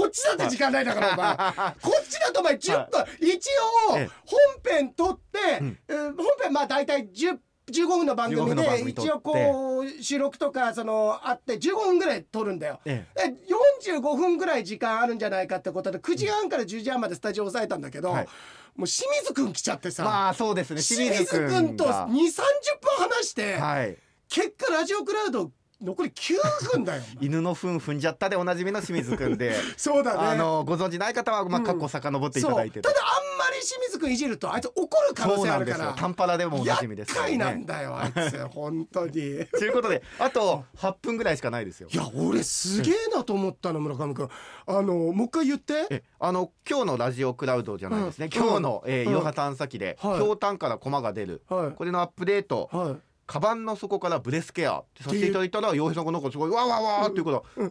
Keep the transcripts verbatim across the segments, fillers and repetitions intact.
っちだって時間ないんだからお前こっちだとお前じゅっぷん、はい、一応本編撮って、うんえー、本編まあ大体じゅうじゅうごふんの番組で一応こう収録とかそのあってじゅうごふんぐらい撮るんだよ、ええ、よんじゅうごふんぐらい時間あるんじゃないかってことでくじはんからじゅうじはんまでスタジオ押さえたんだけど、はい、もう清水くん来ちゃってさ、 まあそうですね、 清水くんとにじゅうさんじゅっぷん話して、はい、結果ラジオクラウド残りきゅうふんだよ犬の糞踏んじゃったでおなじみの清水くんでそうだね、 あのご存知ない方はまあ過去遡っていただいて、うん、 ただあんまり清水くんいじるとあいつ怒る可能性あるから、そうなんですよ、 タンパラでもおなじみですからね、 厄介なんだよあいつ本当にということであとはっぷんぐらいしかないですよ。 いや俺すげえなと思ったの村上くん、あのもう一回言って、 えあの今日のラジオクラウドじゃないですね、うん、今日の、えー、いろは探査機で、はい、ひょうたんからコマが出る、はい、これのアップデート、はい、カバンの底からブレスケアってさせていただいたら洋平さんがなんかすごいわわわーっていうこと、うん、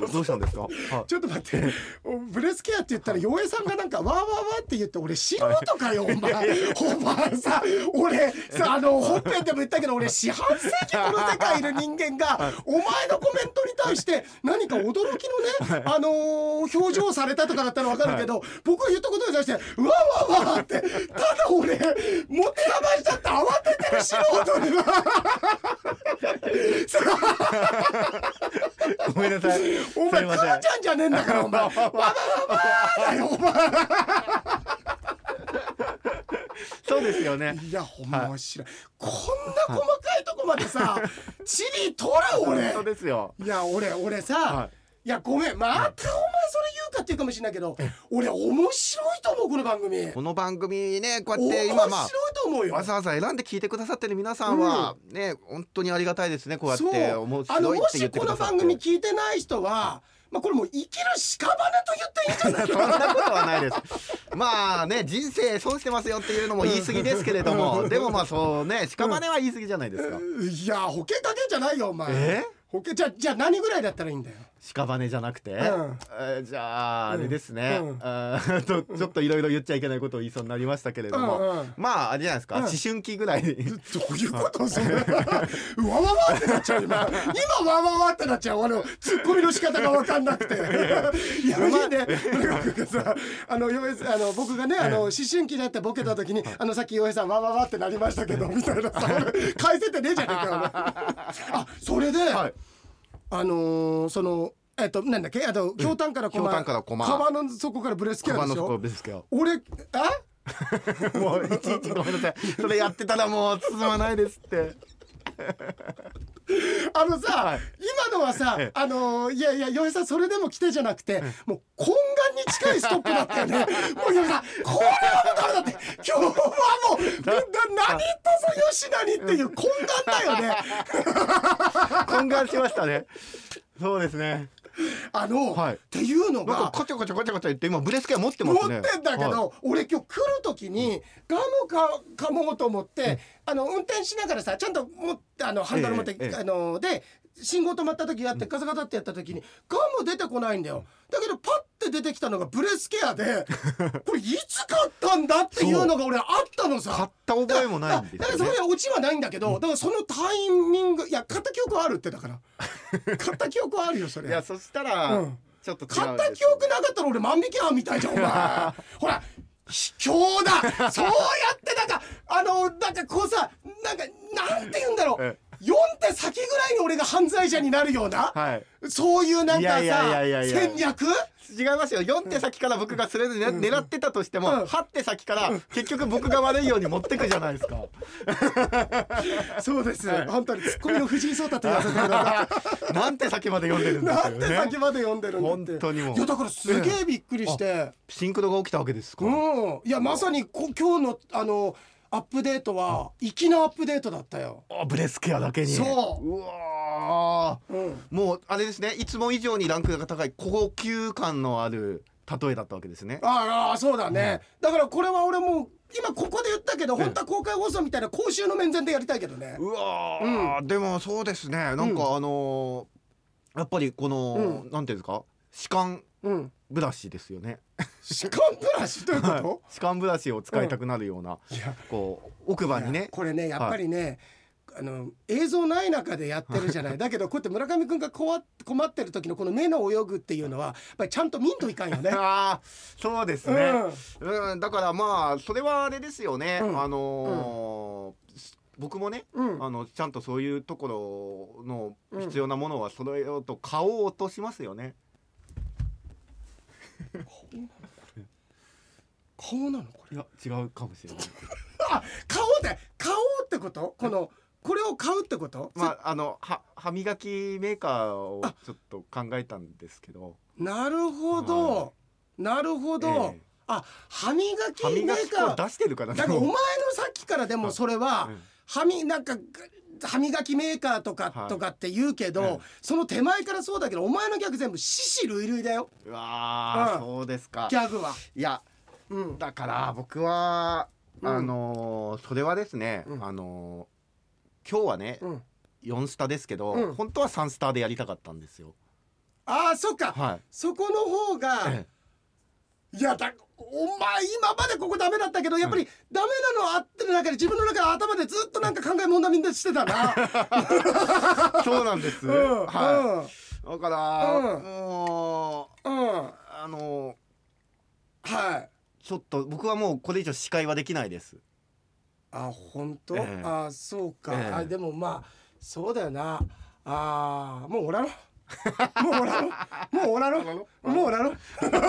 どうしたんですか、はい、 ちょっと待ってブレスケアって言ったら洋平さんがなんかわわわって言って俺素人かよ、はい、お前お前さ俺さあの本編でも言ったけど俺四半世紀この世界いる人間が、はい、お前のコメントに対して何か驚きのね、はい、あのー、表情されたとかだったら分かるけど、はい、僕が言ったことに対してわわわってただ俺持て余しちゃって慌ててる素人にごめんなさい、 お前母ちゃんじゃねえんだからお前わばばばーだよお前そうですよね。 いや面白い、はい、こんな細かいとこまでさチリ取る俺本当ですよ。 いや俺俺さ、はいいやごめんまたお前それ言うかっていうかもしれないけど俺面白いと思うこの番組この番組ねこうやって今まあ面白いと思うよわざわざ選んで聞いてくださってる皆さんはね、うん、本当にありがたいですねこうやって面白いって言ってくださって。 もしこの番組聞いてない人はまあこれもう生きる屍と言っていいんじゃないそんなことはないですまあね人生損してますよっていうのも言い過ぎですけれども、うん、でもまあそうね屍は言い過ぎじゃないですか、 うん、いや保険かけんじゃないよお前え保険じゃじゃあ何ぐらいだったらいいんだよ屍じゃなくて、うんえー、じゃああれですね、うん、あとちょっといろいろ言っちゃいけないことを言いそうになりましたけれども、うんうん、まああれじゃないですか、うん、思春期ぐらいにどういうことそれわわわってなっちゃう今今わわわってなっちゃうあのツッコミの仕方が分かんなくていやいいねさあのあの僕がねあの思春期だってボケた時にあのさっき洋平さんわわわってなりましたけどみたいなさ返せてねえじゃねえかあそれで、はいあのー、そのえっとなんだっけあとひょうたんからコマカバンの底からブレスケアでしょ俺あもういちいちごめんなさいそれやってたらもう進まないですってあのさ、はい、今のはさあのー、いやいや洋平さんそれでも来てじゃなくてもう懇願に近いストップだったよねもう洋平さんこれはもうダメだって今日はもう何とぞよしなにっていう懇願だよね懇願しましたねそうですねあの、はい、っていうのがなんかカチャカチャカチャカチャ言って今ブレスケア持ってますね持ってんだけど、はい、俺今日来る時にガムか噛もうと思って、うん、あの運転しながらさちゃんと持ってあのハンドル持って、ええええ、あので信号止まった時があってガサガサってやった時にガム出てこないんだよだけどパッて出てきたのがブレスケアでこれいつ買ったんだっていうのが俺あったのさ買った覚えもないんですよねだからそれはオチはないんだけど、うん、だからそのタイミングいや買った記憶はあるってだから買った記憶はあるよそれいやそしたら、うん、ちょっと違うんですよ買った記憶なかったら俺万引き犯みたいじゃんお前ほら卑怯だそうやってなんかあのなんかこうさなんかなんて言うんだろうよん手先ぐらいに俺が犯罪者になるような、はい、そういうなんかさ戦略違いますよよん手先から僕がそれで、ねうん、狙ってたとしても、うん、はち手先から結局僕が悪いように持ってくじゃないですかそうです、はい、本当にツッコミの藤井聡太と言わせてください何手先まで読んでるんですよね何手先まで読んでるんだって本当にもういやだからすげえびっくりして、ええ、 シンクロが起きたわけですか、 うん、いやまさにこ今日のあのアップデートは粋なアップデートだったよあブレスケアだけにそううわ、うん、もうあれですねいつも以上にランクが高い高級感のある例えだったわけですねああそうだね、うん、だからこれは俺も今ここで言ったけど、うん、本当は公開放送みたいな公衆の面前でやりたいけどねうわ、うん、でもそうですねなんか、うん、あのー、やっぱりこの、うん、なんていうんですか歯間ブラシですよね、 歯間ブラシどういうこと、 歯間ブラシを使いたくなるような、うん、こう奥歯にねこれねやっぱりね、はいあの映像ない中でやってるじゃないだけどこうやって村上くんが困困ってる時のこの目の泳ぐっていうのはやっぱりちゃんと見んといかんよね。 あそうですね、うんうん、だからまあそれはあれですよね、うん、あのーうん僕もね、うん、あのちゃんとそういうところの必要なものは揃えようと買おうとしますよね。 顔なのこれ。 いや違うかもしれない。 あ、顔で買おうってこと？このこれを買うってこと？ まああのは歯磨きメーカーをちょっと考えたんですけど。 なるほど、はい、なるほど。えー、あ、歯磨きメーカー出してるかな。 だからお前のさっきからでもそれは。うん歯みなんか歯磨きメーカーとか、はい、とかって言うけど、うん、その手前からそうだけどお前のギャグ全部獅子類類だよ。 うわ、うん、そうですか。 ギャグは。 いや、うん、だから僕は、うん、あのー、それはですね、うん、あのー、今日はね、うん、よんスタですけど、うん、本当はさんスタでやりたかったんですよ。 ああ、そっか、はい、そこの方が、ええ、いやだお前今までここダメだったけどやっぱりダメなのあってる中で自分の中頭でずっとなんか考え問題みんなしてたな。 そうなんです、うん、はい、うん、だから、うん、もう、うん、あのはいちょっと僕はもうこれ以上司会はできないです。 あ、本当、ええ、あ、そうか、ええ、あ、でもまあそうだよな。あ、もうおらろもうおらろもうおらろもうおらろ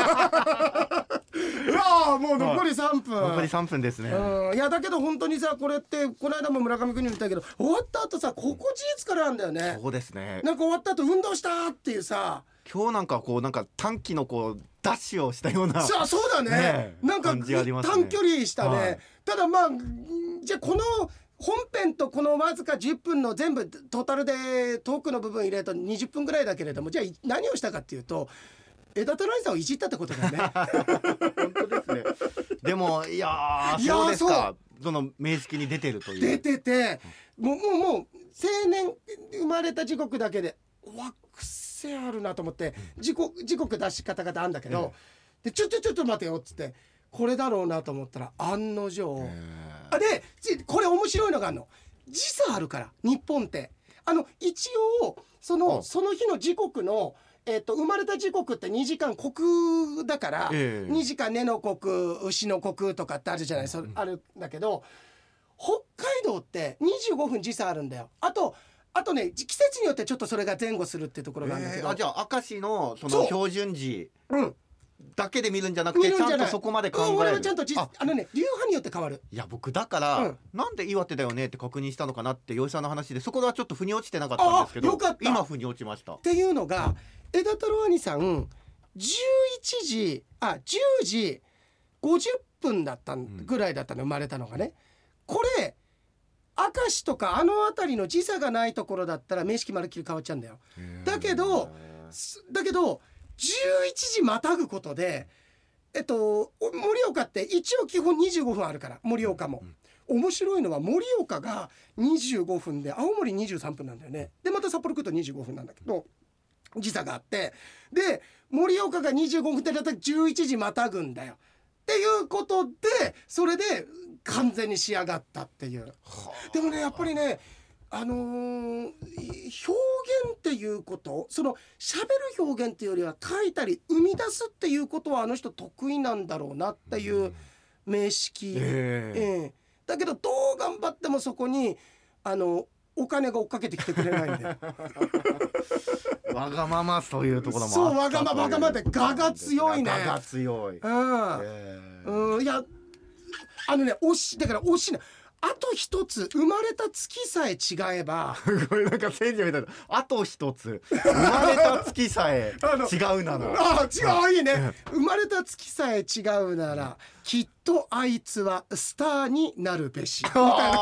うわもう残りさんぷん、 残りさんぷんですね。 うん、いやだけど本当にさこれってこの間も村上君に言ったけど終わった後さ心地いい疲れあんだよね。 そうですね。 なんか終わった後運動したっていうさ、 今日なんかこうなんか短期のこうダッシュをしたようなさあそうだね、ね、なんか、ね、短距離したね、はい、ただまあじゃあこの本編とこのわずかじゅっぷんの全部トータルでトークの部分入れるとにじゅっぷんぐらいだけれども、じゃあ何をしたかっていうと枝田ライさんをいじったってことだよね。 本当ですね。でもいやーそうですか。その名式に出てるという。 出ててもうもうもう青年生まれた時刻だけでわ癖あるなと思って時刻時刻出し方があるんだけど、うん、でちょちょちょっと待てよっつってこれだろうなと思ったら案の定。あでこれ面白いのがあるの。時差あるから日本ってあの一応そのその日の時刻の、えー、と生まれた時刻ってにじかん刻だから、えー、にじかん根の刻牛の刻とかってあるじゃない、それあるんだけど北海道ってにじゅうごふん時差あるんだよ。あとあとね季節によってちょっとそれが前後するっていうところなんだけど、えー、 あじゃあ明石のその標準時うんだけで見るんじゃなくてちゃんとそこまで考える。 俺はちゃんとああのね流派によって変わる。 いや僕だから、うん、なんで岩手だよねって確認したのかなって洋井さんの話でそこはちょっと腑に落ちてなかったんですけど、よかった今腑に落ちました。 っていうのが枝太郎兄さんじゅういちじあじゅうじごじゅっぷんだったぐらいだったの、生まれたのがね。これ明石とかあの辺りの時差がないところだったら名式まるっきり変わっちゃうんだよ。だけどだけどじゅういちじまたぐことでえっと盛岡って一応基本にじゅうごふんあるから盛岡も、うん、面白いのは盛岡がにじゅうごふんで青森にじゅうさんぷんなんだよね。でまた札幌来るとにじゅうごふんなんだけど時差があってで盛岡がにじゅうごふんってだったらじゅういちじまたぐんだよっていうことでそれで完全に仕上がったっていう。でもねやっぱりねあのー、表現っていうことその喋る表現っていうよりは書いたり生み出すっていうことはあの人得意なんだろうなっていう名式、えーえー、だけどどう頑張ってもそこにあのお金が追っかけてきてくれないんでわがままそういうところもあったそうわがままわがままで我が強いね。 我が強い、うんえー、うんいやあのね惜しだから惜しいなあと一つ生まれた月さえ違えばこれなんか千里みたいなあと一つ生まれた月さえ違うならあ違ういいね生まれた月さえ違うならきっとあいつはスターになるべし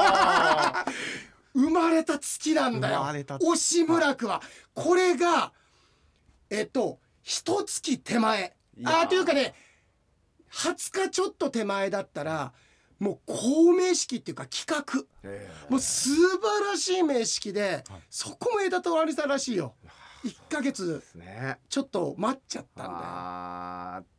生まれた月なんだよ押村区は。これがえっと一月手前あというかねはつかちょっと手前だったらもう公名式っていうか企画、えー、もう素晴らしい名式で、はい、そこも枝太郎さんらしいよ。いっかげつちょっと待っちゃったんだよ。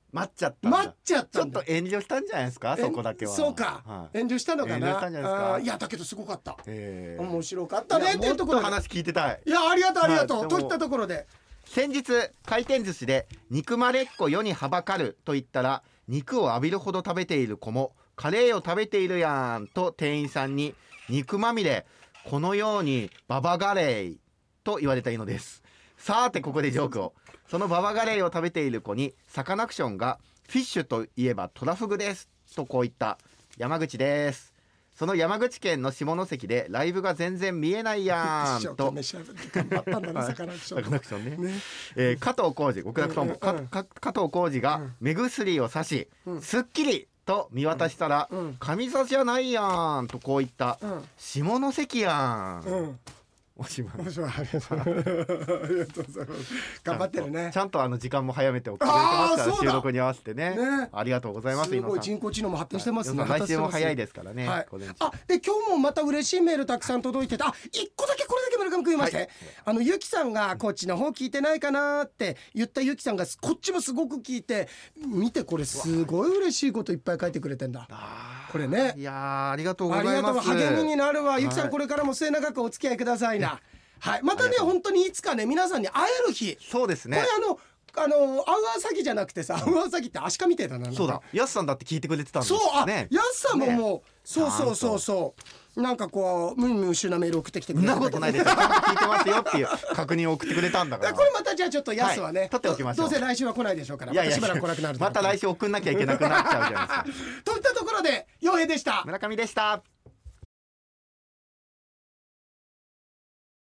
待っちゃったんだ。 待っちゃったんだ。 ちょっと遠慮したんじゃないですか、そこだけは。 そうか、はい、遠慮したのかな。 遠慮したんじゃないですか。 あ、いやだけどすごかった、 えー、 面白かったねっていうところで。 もっと話聞いてたい。 いやありがとうありがとう、 はい、 といったところで先日回転寿司で憎まれっ子世にはばかると言ったら、肉を浴びるほど食べている子もカレーを食べているやんと店員さんに肉まみれこのようにババガレーと言われたいのです。さてここでジョークを。そのババガレーを食べている子にサカナクションがフィッシュといえばトラフグですとこう言った。山口です。その山口県の下関でライブが全然見えないやんと頑張ったんだね、サカナクション。 サカナクションね。ね、えー、加藤浩次極楽とんぼ、うんうん、加藤浩次が目薬をさし、うん、すっきりと見渡したら、うん、上座じゃないやんとこう言った、うん、下関やん、うん、おしまい。おしまい。ありがとうございます。頑張ってるね。ちゃんとあの時間も早めておくれてますから、収録に合わせて ね, ねありがとうございます。 すごい人工知能も発展してますね。 来週も早いですからね、はい、 あで今日もまた嬉しいメールたくさん届いてた。あ一個だけこれだけ村上君言いまして、はい、あのゆきさんがこっちの方聞いてないかなって言ったゆきさんがこっちもすごく聞いて、見てこれすごい嬉しいこといっぱい書いてくれてんだこれね。 いやありがとうございます。 励みになるわ。ゆきさん、はい、これからも末永くお付き合いくださいな。はい、またね本当にいつかね皆さんに会える日。 そうですね。 これあのあのアウアー詐欺じゃなくてさ、アウアー詐欺ってアシカみたいだな。 そうだ、ヤスさんだって聞いてくれてたんですね。そう、あ、 ね、 ヤスさんももう、ね、そうそうそうそうなんかこうムンムンシュなメール送ってきてくれた。 そんなことないですよ。聞いてますよっていう確認を送ってくれたんだから。 これまたじゃあちょっとヤスはね、はい、 取っておきましょう。 どうせ来週は来ないでしょうから。 いやいやしばらく来なくなる。 また来週送んなきゃいけなくなっちゃうじゃないですか。 といったところで陽平でした。 村上でした。